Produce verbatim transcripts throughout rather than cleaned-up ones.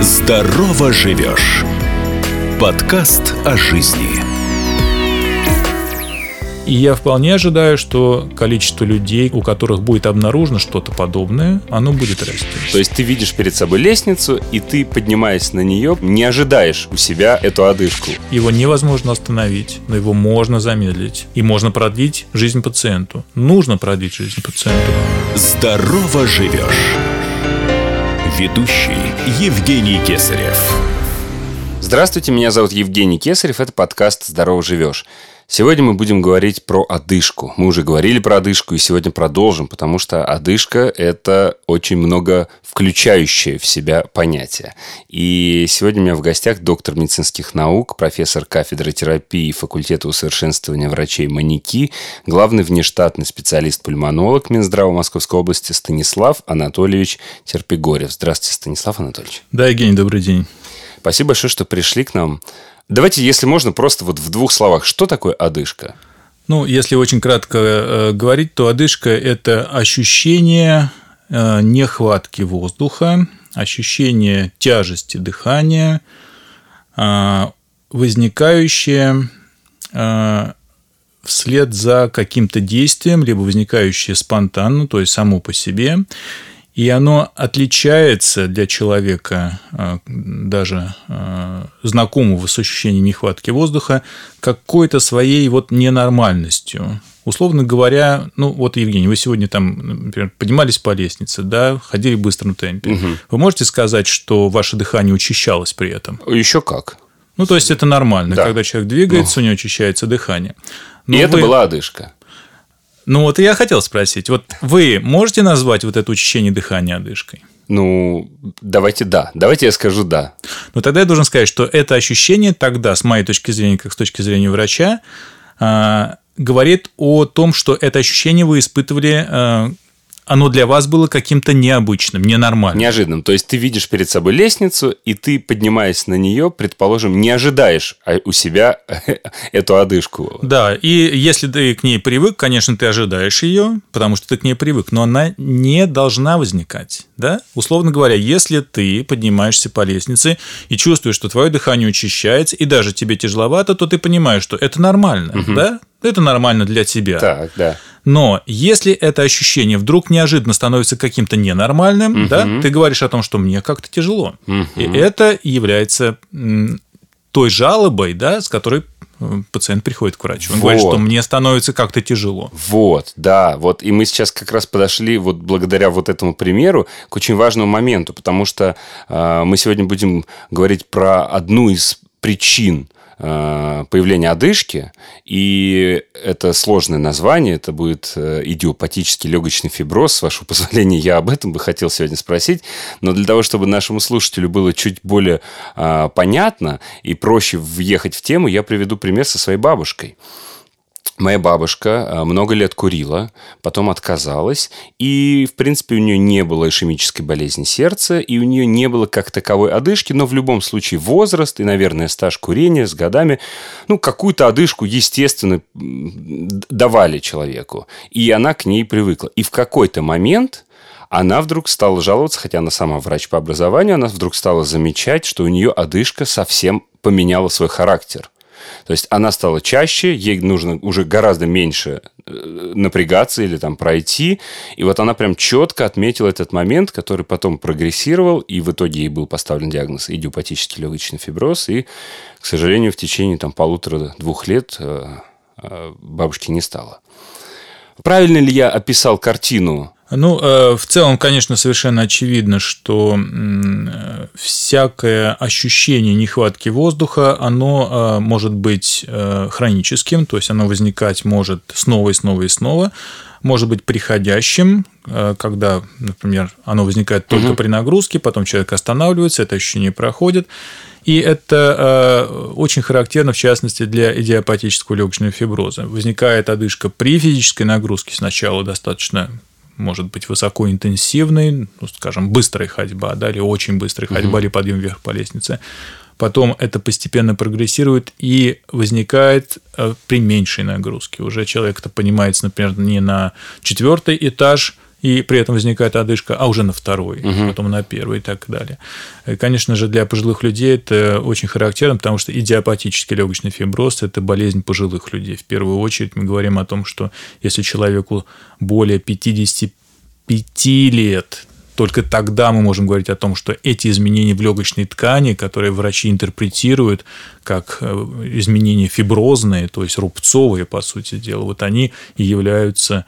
Здорово живешь. Подкаст о жизни. И я вполне ожидаю, что количество людей, у которых будет обнаружено что-то подобное, оно будет расти. То есть ты видишь перед собой лестницу, и ты, поднимаясь на нее, не ожидаешь у себя эту одышку. Его невозможно остановить, но его можно замедлить. И можно продлить жизнь пациенту. Нужно продлить жизнь пациенту. Здорово живешь. Ведущий Евгений Кесарев. Здравствуйте, меня зовут Евгений Кесарев, это подкаст «Здорово живешь». Сегодня мы будем говорить про одышку. Мы уже говорили про одышку и сегодня продолжим, потому что одышка – это очень много включающее в себя понятие. И сегодня у меня в гостях доктор медицинских наук, профессор кафедры терапии факультета усовершенствования врачей МАНИКИ, главный внештатный специалист-пульмонолог Минздрава Московской области Станислав Анатольевич Терпигорев. Здравствуйте, Станислав Анатольевич. Да, Евгений, добрый день. Спасибо большое, что пришли к нам. Давайте, если можно, просто вот в двух словах, что такое одышка? Ну, если очень кратко э, говорить, то одышка – это ощущение э, нехватки воздуха, ощущение тяжести дыхания, э, возникающее э, вслед за каким-то действием, либо возникающее спонтанно, то есть само по себе. И оно отличается для человека, даже знакомого с ощущением нехватки воздуха, какой-то своей вот ненормальностью. Условно говоря, ну вот, Евгений, вы сегодня там, например, поднимались по лестнице, да, ходили в быстром темпе. Угу. Вы можете сказать, что ваше дыхание учащалось при этом? Еще как. Ну, то есть это нормально, да. Когда человек двигается, ну. у него учащается дыхание. Но и вы... это была одышка. Ну, вот я хотел спросить, вот вы можете назвать вот это учащение дыхания одышкой? Ну, давайте да. Давайте я скажу да. Ну, тогда я должен сказать, что это ощущение тогда, с моей точки зрения, как с точки зрения врача, говорит о том, что это ощущение вы испытывали, оно для вас было каким-то необычным, ненормальным. Неожиданным. То есть ты видишь перед собой лестницу, и ты, поднимаясь на нее, предположим, не ожидаешь у себя эту одышку. Да, и если ты к ней привык, конечно, ты ожидаешь ее, потому что ты к ней привык, но она не должна возникать. Да? Условно говоря, если ты поднимаешься по лестнице и чувствуешь, что твое дыхание учащается, и даже тебе тяжеловато, то ты понимаешь, что это нормально, угу. да? Это нормально для тебя. Так, да. Но если это ощущение вдруг неожиданно становится каким-то ненормальным, угу. да, ты говоришь о том, что мне как-то тяжело. Угу. И это является той жалобой, да, с которой пациент приходит к врачу. Он вот. говорит, что мне становится как-то тяжело. Вот, да. Вот. И мы сейчас как раз подошли вот благодаря вот этому примеру к очень важному моменту, потому что э, мы сегодня будем говорить про одну из причин появления одышки, и это сложное название, это будет идиопатический легочный фиброз. С вашего позволения, я об этом бы хотел сегодня спросить, но для того, чтобы нашему слушателю было чуть более а, понятно и проще въехать в тему, я приведу пример со своей бабушкой. Моя бабушка много лет курила, потом отказалась, и, в принципе, у нее не было ишемической болезни сердца, и у нее не было как таковой одышки, но в любом случае возраст и, наверное, стаж курения с годами, ну, какую-то одышку, естественно, давали человеку, и она к ней привыкла. И в какой-то момент она вдруг стала жаловаться, хотя она сама врач по образованию, она вдруг стала замечать, что у нее одышка совсем поменяла свой характер. То есть она стала чаще, ей нужно уже гораздо меньше напрягаться или там пройти. И вот она прям четко отметила этот момент, который потом прогрессировал, и в итоге ей был поставлен диагноз идиопатический легочный фиброз. И, к сожалению, в течение там полутора-двух лет бабушки не стало. Правильно ли я описал картину? Ну, в целом, конечно, совершенно очевидно, что всякое ощущение нехватки воздуха, оно может быть хроническим, то есть оно возникать может снова и снова и снова, может быть приходящим, когда, например, оно возникает только угу. при нагрузке, потом человек останавливается, это ощущение проходит. И это очень характерно, в частности, для идиопатического легочного фиброза. Возникает одышка при физической нагрузке сначала достаточно, может быть, высокоинтенсивной, ну, скажем, быстрая ходьба, да, или очень быстрая ходьба, угу. или подъем вверх по лестнице. Потом это постепенно прогрессирует и возникает при меньшей нагрузке. Уже человек это поднимается, например, не на четвертый этаж и при этом возникает одышка, а уже на второй, угу. потом на первый и так далее. И, конечно же, для пожилых людей это очень характерно, потому что идиопатический легочный фиброз – это болезнь пожилых людей. В первую очередь мы говорим о том, что если человеку более пятидесяти пяти лет, только тогда мы можем говорить о том, что эти изменения в легочной ткани, которые врачи интерпретируют как изменения фиброзные, то есть рубцовые, по сути дела, вот они и являются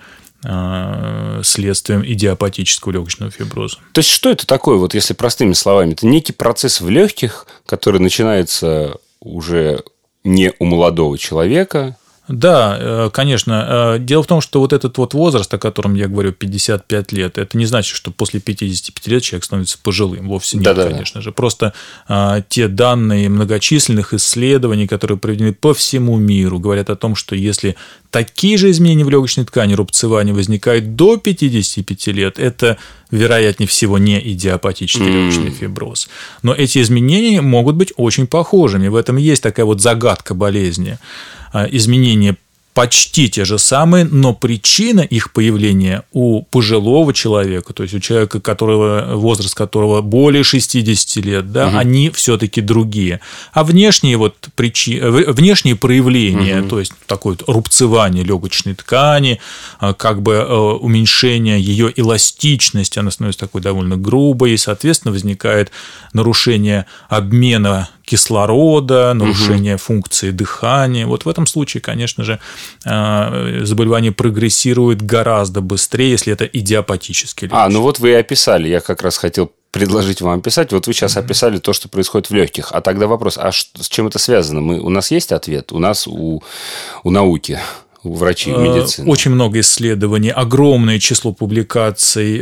следствием идиопатического легочного фиброза. То есть, что это такое, вот если простыми словами? Это некий процесс в легких, который начинается уже не у молодого человека. Да, конечно. Дело в том, что вот этот вот возраст, о котором я говорю, пятьдесят пять лет, это не значит, что после пятидесяти пяти лет человек становится пожилым. Вовсе нет, Да-да-да. конечно же. Просто а, те данные многочисленных исследований, которые проведены по всему миру, говорят о том, что если такие же изменения в легочной ткани, рубцевания возникают до пятидесяти пяти лет, это, вероятнее всего, не идиопатический mm. легочный фиброз. Но эти изменения могут быть очень похожими. В этом есть такая вот загадка болезни. Изменения почти те же самые, но причина их появления у пожилого человека, то есть у человека, которого, возраст которого более шестидесяти лет, да, угу. они все-таки другие. А внешние, вот причи... внешние проявления, угу. то есть такое вот рубцевание легочной ткани, как бы уменьшение ее эластичности, она становится такой довольно грубой, и, соответственно, возникает нарушение обмена кислорода, нарушение угу. функции дыхания. Вот в этом случае, конечно же, заболевание прогрессирует гораздо быстрее, если это идиопатический легочный. А, ну вот вы и описали, я как раз хотел предложить вам описать. Вот вы сейчас mm-hmm. описали то, что происходит в легких. А тогда вопрос, а что, с чем это связано? Мы, у нас есть ответ? У нас, у, у науки, у врачей медицины. Очень много исследований, огромное число публикаций,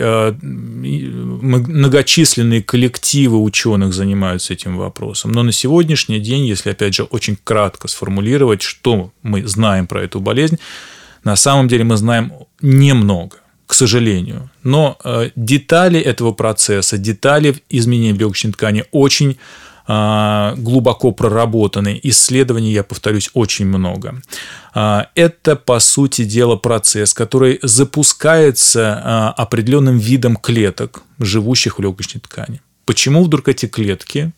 многочисленные коллективы ученых занимаются этим вопросом. Но на сегодняшний день, если, опять же, очень кратко сформулировать, что мы знаем про эту болезнь, на самом деле мы знаем немного, к сожалению. Но детали этого процесса, детали изменений в легочной ткани очень глубоко проработаны. Исследований, я повторюсь, очень много. Это, по сути дела, процесс, который запускается определенным видом клеток, живущих в легочной ткани. Почему вдруг эти клетки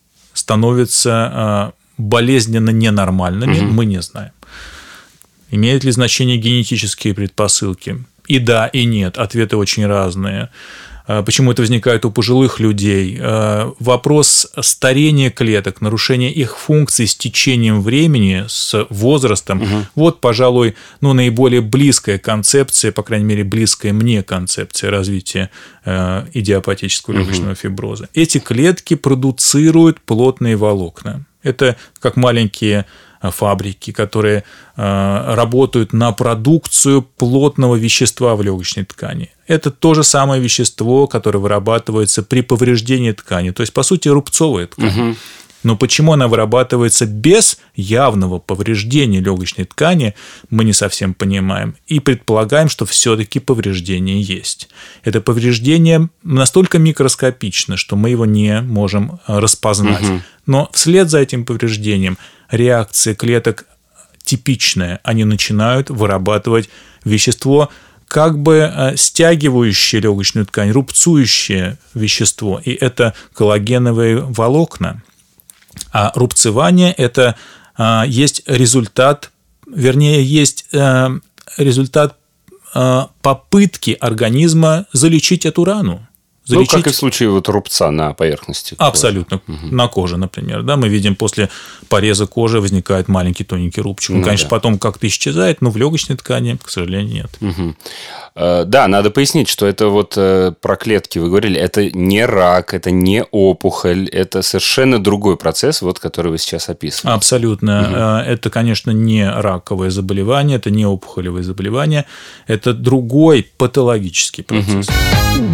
становятся болезненно ненормальными, угу. мы не знаем. Имеют ли значение генетические предпосылки? И да, и нет. Ответы очень разные. Почему это возникает у пожилых людей? Вопрос старения клеток, нарушения их функций с течением времени, с возрастом. Угу. Вот, пожалуй, ну, наиболее близкая концепция, по крайней мере, близкая мне концепция развития идиопатического легочного угу. фиброза. Эти клетки продуцируют плотные волокна. Это как маленькие фабрики, которые работают на продукцию плотного вещества в легочной ткани. Это то же самое вещество, которое вырабатывается при повреждении ткани, то есть, по сути, рубцовая ткань. Угу. Но почему она вырабатывается без явного повреждения легочной ткани, мы не совсем понимаем. И предполагаем, что все-таки повреждение есть. Это повреждение настолько микроскопично, что мы его не можем распознать. Угу. Но вслед за этим повреждением реакция клеток типичная. Они начинают вырабатывать вещество, как бы стягивающее легочную ткань, рубцующее вещество. И это коллагеновые волокна. А рубцевание – это а, есть результат, вернее, есть а, результат а, попытки организма залечить эту рану. Залечить... Ну, как и в случае вот рубца на поверхности. Абсолютно. Угу. На коже, например. Да, мы видим, после пореза кожи возникает маленький тоненький рубчик. Он, ну, конечно, да. потом как-то исчезает, но в легочной ткани, к сожалению, нет. Угу. Да, надо пояснить, что это вот про клетки вы говорили, это не рак, это не опухоль, это совершенно другой процесс, вот, который вы сейчас описываете. Абсолютно. Угу. Это, конечно, не раковое заболевание, это не опухолевое заболевание, это другой патологический процесс. Угу.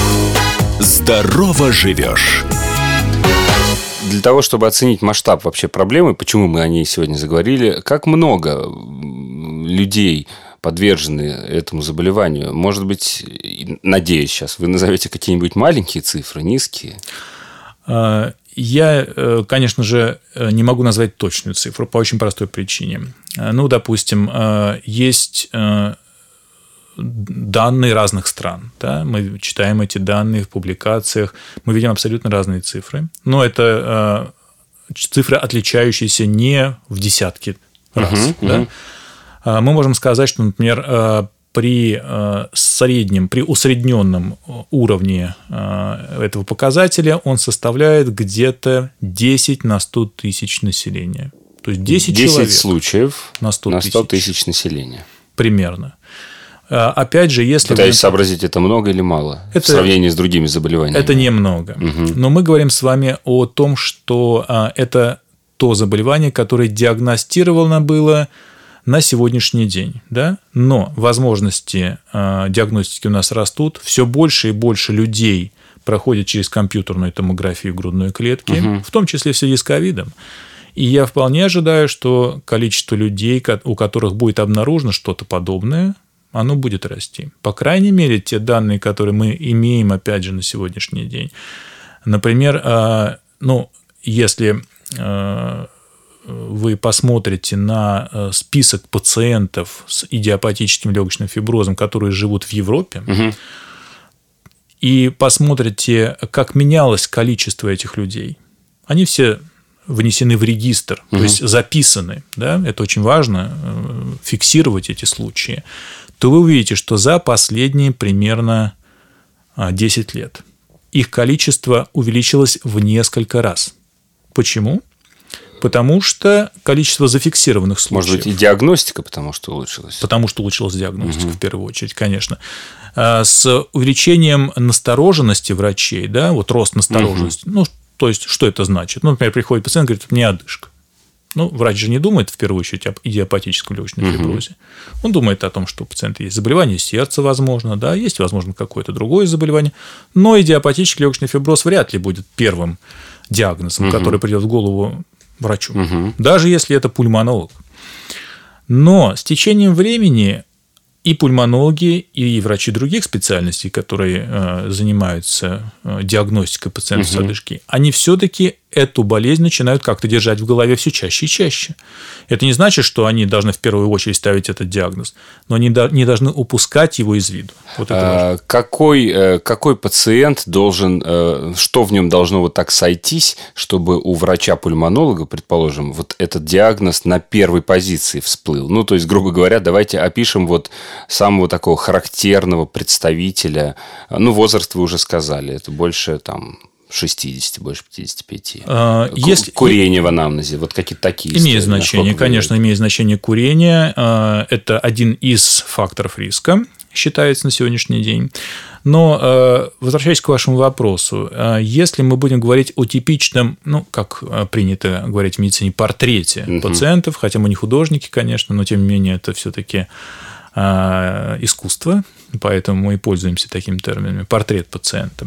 Здорово живешь. Для того, чтобы оценить масштаб вообще проблемы, почему мы о ней сегодня заговорили, как много людей подвержены этому заболеванию? Может быть, надеюсь, сейчас вы назовете какие-нибудь маленькие цифры, низкие? Я, конечно же, не могу назвать точную цифру по очень простой причине. Ну, допустим, есть данные разных стран. Да? Мы читаем эти данные в публикациях, мы видим абсолютно разные цифры. Но это э, цифры, отличающиеся не в десятки раз. Uh-huh, да? uh-huh. Мы можем сказать, что, например, э, при э, среднем, при усредненном уровне э, этого показателя он составляет где-то десять на сто тысяч населения. То есть десять, десять человек случаев на сто, на сто тысяч населения. Примерно. Опять же, если... Пытаюсь вы... сообразить, это много или мало это... в сравнении с другими заболеваниями? Это немного. Угу. Но мы говорим с вами о том, что это то заболевание, которое диагностировано было на сегодняшний день. Да? Но возможности диагностики у нас растут. Все больше и больше людей проходят через компьютерную томографию грудной клетки, угу. в том числе в связи с ковидом. И я вполне ожидаю, что количество людей, у которых будет обнаружено что-то подобное, оно будет расти. По крайней мере, те данные, которые мы имеем, опять же, на сегодняшний день. Например, ну, если вы посмотрите на список пациентов с идиопатическим легочным фиброзом, которые живут в Европе, угу. и посмотрите, как менялось количество этих людей, они все внесены в регистр, угу. то есть записаны, да, это очень важно, фиксировать эти случаи, то вы увидите, что за последние примерно десять лет их количество увеличилось в несколько раз. Почему? Потому что количество зафиксированных случаев... Может быть, и диагностика, потому что улучшилась? Потому что улучшилась диагностика, угу. в первую очередь, конечно. С увеличением настороженности врачей, да, вот рост настороженности, угу. ну, то есть, что это значит? Ну, например, приходит пациент и говорит, у меня одышка. Ну, врач же не думает, в первую очередь, об идиопатическом легочном фиброзе. Uh-huh. Он думает о том, что у пациента есть заболевание сердца, возможно, да, есть, возможно, какое-то другое заболевание. Но идиопатический легочный фиброз вряд ли будет первым диагнозом, uh-huh. который придет в голову врачу. Uh-huh. Даже если это пульмонолог. Но с течением времени и пульмонологи, и врачи других специальностей, которые э, занимаются э, диагностикой пациентов угу. с одышкой, они все-таки эту болезнь начинают как-то держать в голове все чаще и чаще. Это не значит, что они должны в первую очередь ставить этот диагноз, но они не должны упускать его из виду. Вот это а, какой, какой пациент должен, что в нем должно вот так сойтись, чтобы у врача-пульмонолога, предположим, вот этот диагноз на первой позиции всплыл? Ну, то есть, грубо говоря, давайте опишем вот самого такого характерного представителя. Ну, возраст вы уже сказали, это больше там... шестьдесят, больше пятьдесят пять. А, если... Курение в анамнезе, вот какие-то такие. Имеет значение, конечно, имеет значение курение. Это один из факторов риска, считается на сегодняшний день. Но, возвращаясь к вашему вопросу, если мы будем говорить о типичном, ну, как принято говорить в медицине, портрете угу. пациентов, хотя мы не художники, конечно, но тем не менее это все-таки искусство, поэтому мы и пользуемся такими терминами, портрет пациента.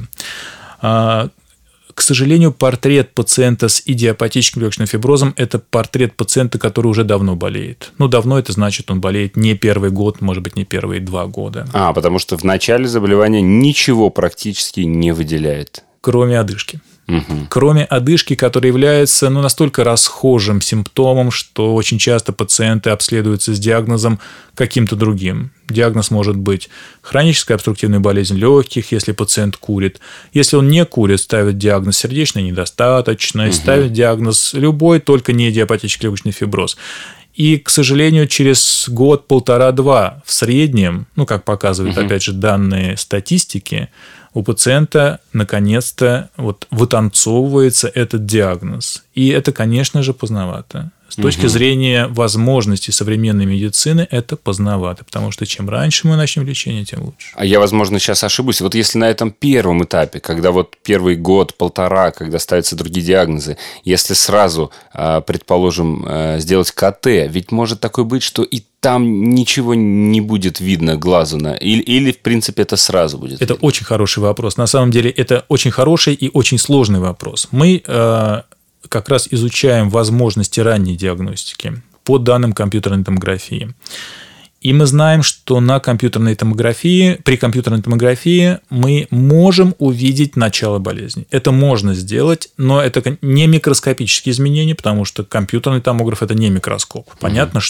К сожалению, портрет пациента с идиопатическим легочным фиброзом – это портрет пациента, который уже давно болеет. Ну, давно это значит, он болеет не первый год, может быть, не первые два года. А, потому что в начале заболевания ничего практически не выделяет. Кроме одышки. Угу. Кроме одышки, которая является ну, настолько расхожим симптомом, что очень часто пациенты обследуются с диагнозом каким-то другим. Диагноз может быть хроническая обструктивная болезнь легких, если пациент курит. Если он не курит, ставят диагноз сердечная недостаточность, угу. ставят диагноз любой, только не идиопатический легочный фиброз. И, к сожалению, через год, полтора-два в среднем, ну, как показывают, угу. опять же, данные статистики, у пациента наконец-то вот вытанцовывается этот диагноз. И это, конечно же, поздновато. С точки угу. зрения возможностей современной медицины это поздновато, потому что чем раньше мы начнем лечение, тем лучше. А я, возможно, сейчас ошибусь. Вот если на этом первом этапе, когда вот первый год, полтора, когда ставятся другие диагнозы, если сразу, предположим, сделать ка тэ, ведь может такое быть, что и там ничего не будет видно глазу, на... или, или, в принципе, это сразу будет Это видно? Очень хороший вопрос. На самом деле, это очень хороший и очень сложный вопрос. Мы э, как раз изучаем возможности ранней диагностики по данным компьютерной томографии. И мы знаем, что на компьютерной томографии, при компьютерной томографии мы можем увидеть начало болезни. Это можно сделать, но это не микроскопические изменения, потому что компьютерный томограф – это не микроскоп. Понятно, угу. что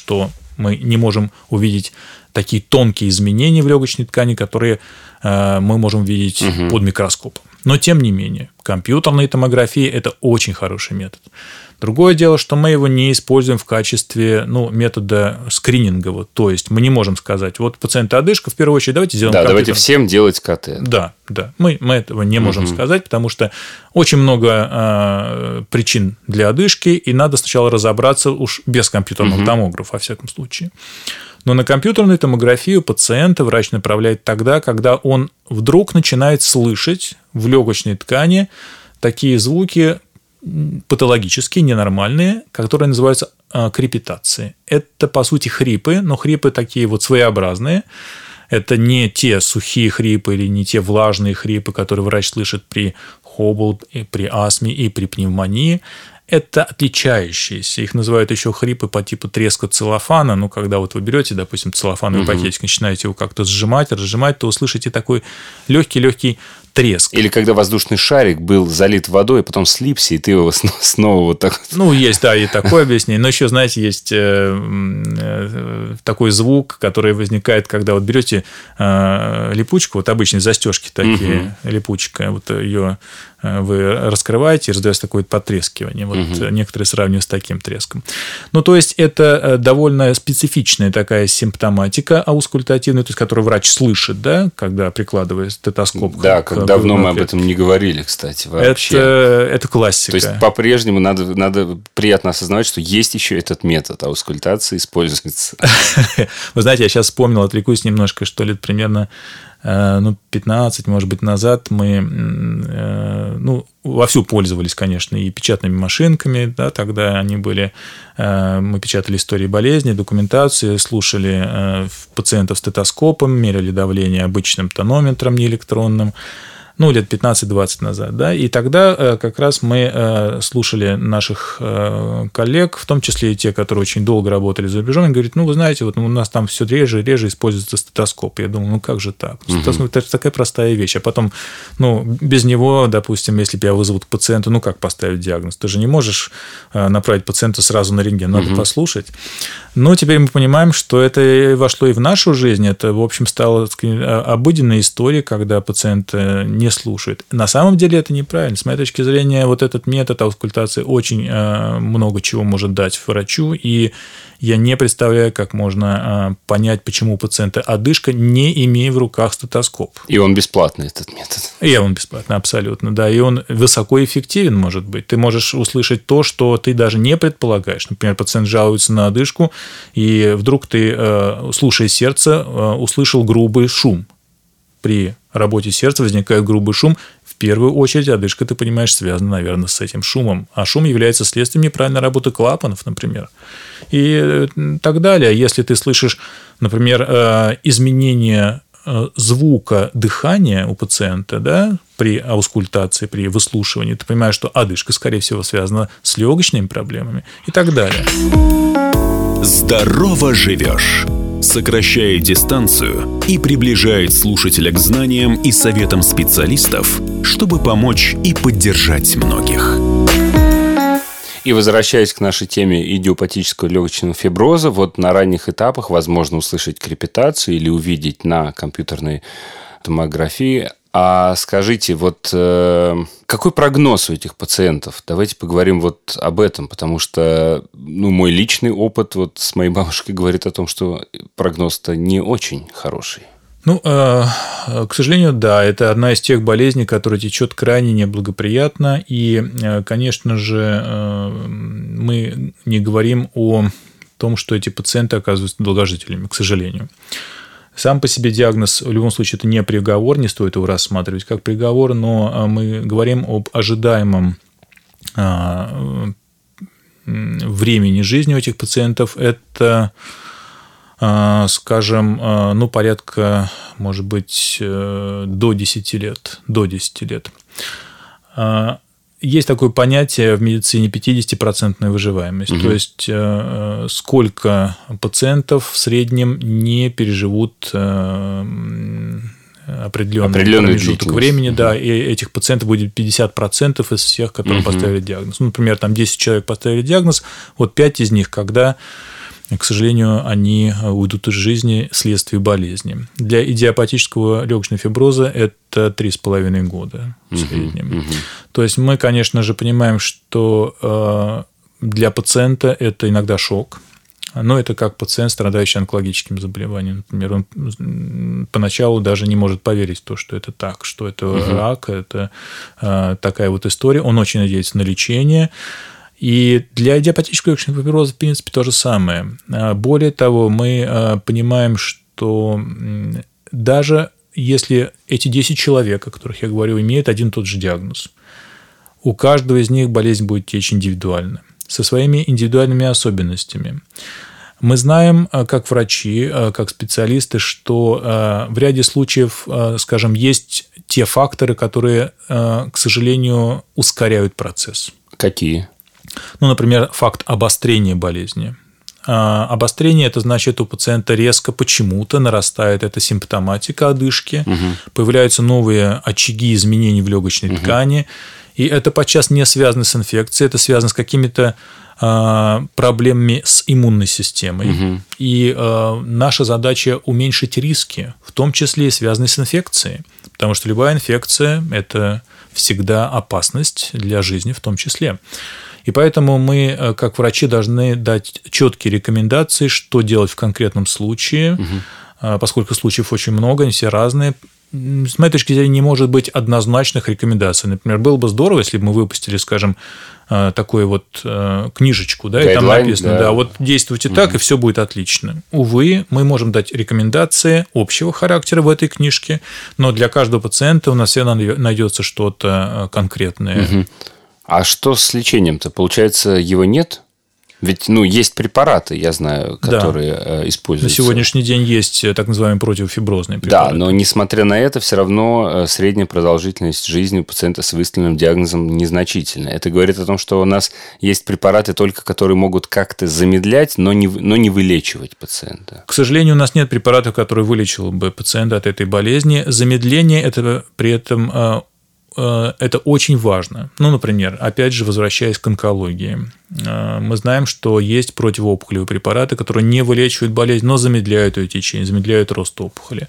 мы не можем увидеть такие тонкие изменения в легочной ткани, которые э, мы можем видеть угу. под микроскопом. Но, тем не менее, компьютерная томография – это очень хороший метод. Другое дело, что мы его не используем в качестве ну, метода скрининга. Вот. То есть, мы не можем сказать, вот пациент одышка, в первую очередь, давайте сделаем да, компьютер. давайте всем делать КТ. Да, да. Мы, мы этого не можем угу. сказать, потому что очень много э, причин для одышки, и надо сначала разобраться уж без компьютерного угу. томографа, во всяком случае. Но на компьютерную томографию пациента врач направляет тогда, когда он вдруг начинает слышать в легочной ткани такие звуки патологические, ненормальные, которые называются крепитацией. Это, по сути, хрипы, но хрипы такие вот своеобразные. Это не те сухие хрипы или не те влажные хрипы, которые врач слышит при хобл, при астме и при пневмонии. Это отличающиеся. Их называют еще хрипы по типу треска целлофана. Ну, когда вот вы берете, допустим, целлофановый угу. пакетик, начинаете его как-то сжимать, разжимать, то услышите такой легкий-легкий треск. Или когда воздушный шарик был залит водой, а потом слипся, и ты его снова вот так... Ну, есть, да, и такое объяснение. Но еще, знаете, есть такой звук, который возникает, когда вот берете липучку, вот обычные застежки такие, угу. липучка, вот ее вы раскрываете, и раздается такое потрескивание. Вот угу. некоторые сравнивают с таким треском. Ну, то есть, это довольно специфичная такая симптоматика аускультативная, то есть, которую врач слышит, да, когда прикладывает стетоскоп. Да, как давно мы об этом не говорили, кстати, вообще. Это, это классика. То есть, по-прежнему надо, надо приятно осознавать, что есть еще этот метод аускультации, используется. Вы знаете, я сейчас вспомнил, отвлекусь немножко, что лет примерно ну, пятнадцать, может быть, назад мы ну, вовсю пользовались, конечно, и печатными машинками, да, тогда они были, мы печатали истории болезни, документацию, слушали пациентов стетоскопом, меряли давление обычным тонометром, не электронным, ну, лет пятнадцать-двадцать назад, да, и тогда как раз мы слушали наших коллег, в том числе и те, которые очень долго работали за рубежом, и говорят, ну, вы знаете, вот у нас там все реже и реже используется стетоскоп. Я думаю, ну, как же так? Стетоскоп – это такая простая вещь. А потом, ну, без него, допустим, если тебя вызовут к пациенту, ну, как поставить диагноз? Ты же не можешь направить пациента сразу на рентген, надо угу. послушать. Но теперь мы понимаем, что это вошло и в нашу жизнь, это, в общем, стало обыденной историей, когда пациент не слушает. На самом деле это неправильно. С моей точки зрения, вот этот метод аускультации очень э, много чего может дать врачу, и я не представляю, как можно э, понять, почему у пациента одышка, не имея в руках стетоскоп. И он бесплатный, этот метод. И он бесплатный, абсолютно, да. И он высокоэффективен, может быть. Ты можешь услышать то, что ты даже не предполагаешь. Например, пациент жалуется на одышку, и вдруг ты, э, слушая сердце, э, услышал грубый шум. При работе сердца возникает грубый шум. В первую очередь одышка, ты понимаешь, связана, наверное, с этим шумом. А шум является следствием неправильной работы клапанов, например. И так далее. Если ты слышишь, например, изменение звука дыхания у пациента, да, при аускультации, при выслушивании, ты понимаешь, что одышка, скорее всего, связана с легочными проблемами и так далее. Здорово живешь. Сокращает дистанцию и приближает слушателя к знаниям и советам специалистов, чтобы помочь и поддержать многих. И возвращаясь к нашей теме идиопатического легочного фиброза, вот на ранних этапах возможно услышать крепитацию или увидеть на компьютерной томографии. А скажите, вот э, какой прогноз у этих пациентов? Давайте поговорим вот об этом, потому что ну, мой личный опыт вот с моей бабушкой говорит о том, что прогноз-то не очень хороший. Ну, э, к сожалению, да, это одна из тех болезней, которая течет крайне неблагоприятно, и, э, конечно же, э, мы не говорим о том, что эти пациенты оказываются долгожителями, к сожалению. Сам по себе диагноз, в любом случае, это не приговор, не стоит его рассматривать как приговор, но мы говорим об ожидаемом времени жизни у этих пациентов. Это, скажем, ну, порядка, может быть, до десяти лет. До десяти лет. Есть такое понятие в медицине пятидесятипроцентная выживаемость. Угу. То есть, э, сколько пациентов в среднем не переживут э, определенный, определенный промежуток времени. Угу. Да, и этих пациентов будет пятьдесят процентов из всех, которым угу. поставили диагноз. Ну, например, там десять человек поставили диагноз, вот пять из них, когда к сожалению, они уйдут из жизни вследствие болезни. Для идиопатического легочного фиброза это три с половиной года в среднем. Uh-huh, uh-huh. То есть мы, конечно же, понимаем, что для пациента это иногда шок. Но это как пациент, страдающий онкологическим заболеванием. Например, он поначалу даже не может поверить в то, что это так, что это uh-huh. рак, это такая вот история. Он очень надеется на лечение. И для идиопатического легочного фиброза, в принципе, то же самое. Более того, мы понимаем, что даже если эти десять человек, о которых я говорю, имеют один и тот же диагноз, у каждого из них болезнь будет течь индивидуально, со своими индивидуальными особенностями. Мы знаем, как врачи, как специалисты, что в ряде случаев, скажем, есть те факторы, которые, к сожалению, ускоряют процесс. Какие? Ну, например, факт обострения болезни. А обострение – это значит, у пациента резко почему-то нарастает эта симптоматика одышки, угу. появляются новые очаги изменений в легочной угу. ткани, и это подчас не связано с инфекцией, это связано с какими-то а, проблемами с иммунной системой. Угу. И а, наша задача – уменьшить риски, в том числе и связанные с инфекцией, потому что любая инфекция – это всегда опасность для жизни в том числе. И поэтому мы, как врачи, должны дать четкие рекомендации, что делать в конкретном случае, угу. поскольку случаев очень много, они все разные. С моей точки зрения, не может быть однозначных рекомендаций. Например, было бы здорово, если бы мы выпустили, скажем, такую вот книжечку, да, и там написано, да, да вот действуйте угу. так, и все будет отлично. Увы, мы можем дать рекомендации общего характера в этой книжке, но для каждого пациента у нас всегда найдется что-то конкретное. Угу. А что с лечением-то? Получается, его нет? Ведь, ну, есть препараты, я знаю, которые да. используются. На сегодняшний день есть так называемые противофиброзные препараты. Да, но несмотря на это, все равно средняя продолжительность жизни у пациента с выставленным диагнозом незначительная. Это говорит о том, что у нас есть препараты только, которые могут как-то замедлять, но не, но не вылечивать пациента. К сожалению, у нас нет препаратов, которые вылечили бы пациента от этой болезни. Замедление – это при этом... Это очень важно. Ну, например, опять же, возвращаясь к онкологии, мы знаем, что есть противоопухолевые препараты, которые не вылечивают болезнь, но замедляют ее течение, замедляют рост опухоли.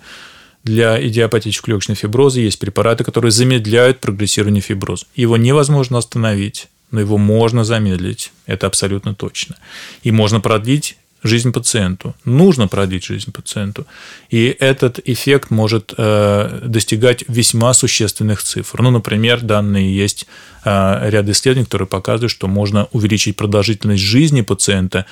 Для идиопатического легочного фиброза есть препараты, которые замедляют прогрессирование фиброза. Его невозможно остановить, но его можно замедлить. Это абсолютно точно. И можно продлить жизнь пациенту. Нужно продлить жизнь пациенту. И этот эффект может э, достигать весьма существенных цифр. Ну, например, данные есть э, ряд исследований, которые показывают, что можно увеличить продолжительность жизни пациента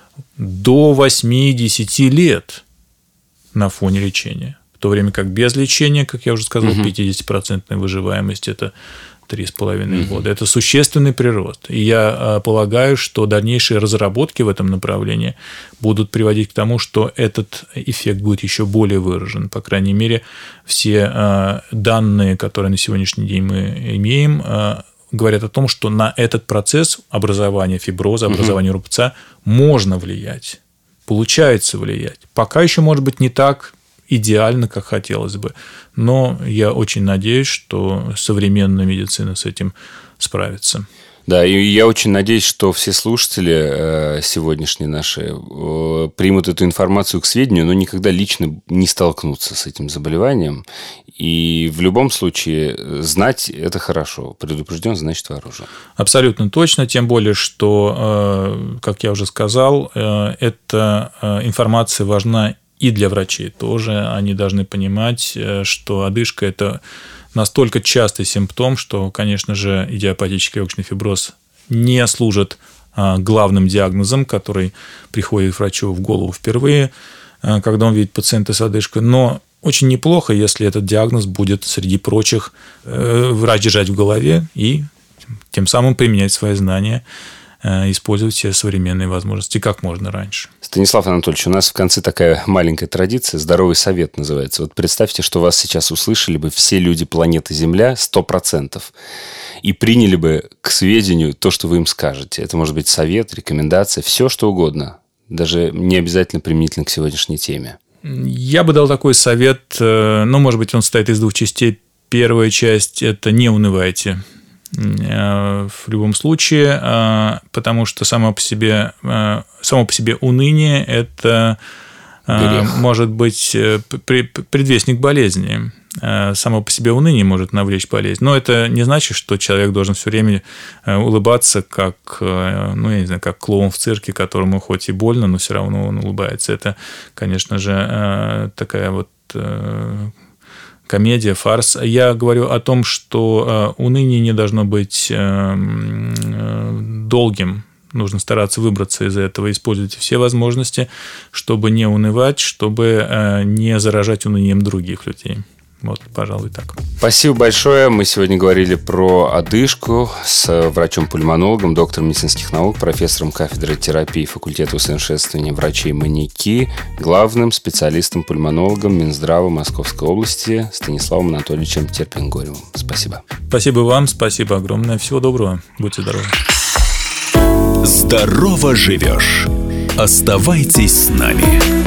до восьми-десяти лет на фоне лечения. В то время как без лечения, как я уже сказал, угу. пятидесятипроцентная выживаемость – это три с половиной угу. года. Это существенный прирост. И я полагаю, что дальнейшие разработки в этом направлении будут приводить к тому, что этот эффект будет еще более выражен. По крайней мере, все данные, которые на сегодняшний день мы имеем, говорят о том, что на этот процесс образования фиброза, образования угу. рубца можно влиять. Получается влиять. Пока еще, может быть, не так идеально, как хотелось бы. Но я очень надеюсь, что современная медицина с этим справится. Да, и я очень надеюсь, что все слушатели сегодняшние наши примут эту информацию к сведению, но никогда лично не столкнутся с этим заболеванием. И в любом случае знать – это хорошо. Предупрежден, значит вооружен. Абсолютно точно. Тем более, что, как я уже сказал, эта информация важна и для врачей тоже. Они должны понимать, что одышка – это настолько частый симптом, что, конечно же, идиопатический легочный фиброз не служит главным диагнозом, который приходит врачу в голову впервые, когда он видит пациента с одышкой. Но очень неплохо, если этот диагноз будет среди прочих врач держать в голове и тем самым применять свои знания, использовать все современные возможности как можно раньше. Станислав Анатольевич, у нас в конце такая маленькая традиция, здоровый совет называется. Вот представьте, что вас сейчас услышали бы все люди планеты Земля сто процентов и приняли бы к сведению то, что вы им скажете. Это может быть совет, рекомендация, все что угодно, даже не обязательно применительно к сегодняшней теме. Я бы дал такой совет, ну, может быть, он состоит из двух частей. Первая часть – это не унывайте. в любом случае, потому что само по себе, само по себе уныние – это грех. Может быть предвестник болезни. Само по себе уныние может навлечь болезнь. Но это не значит, что человек должен все время улыбаться, как, ну, я не знаю, как клоун в цирке, которому хоть и больно, но все равно он улыбается. Это, конечно же, такая вот комедия, фарс. Я говорю о том, что уныние не должно быть долгим. Нужно стараться выбраться из этого, использовать все возможности, чтобы не унывать, чтобы не заражать унынием других людей. Вот, пожалуй, так. Спасибо большое. Мы сегодня говорили про одышку с врачом-пульмонологом, доктором медицинских наук, профессором кафедры терапии факультета усовершенствования врачей-маньяки, главным специалистом-пульмонологом Минздрава Московской области Станиславом Анатольевичем Терпингоревым. Спасибо. Спасибо вам, спасибо огромное. Всего доброго. Будьте здоровы. Здорово живешь. Оставайтесь с нами.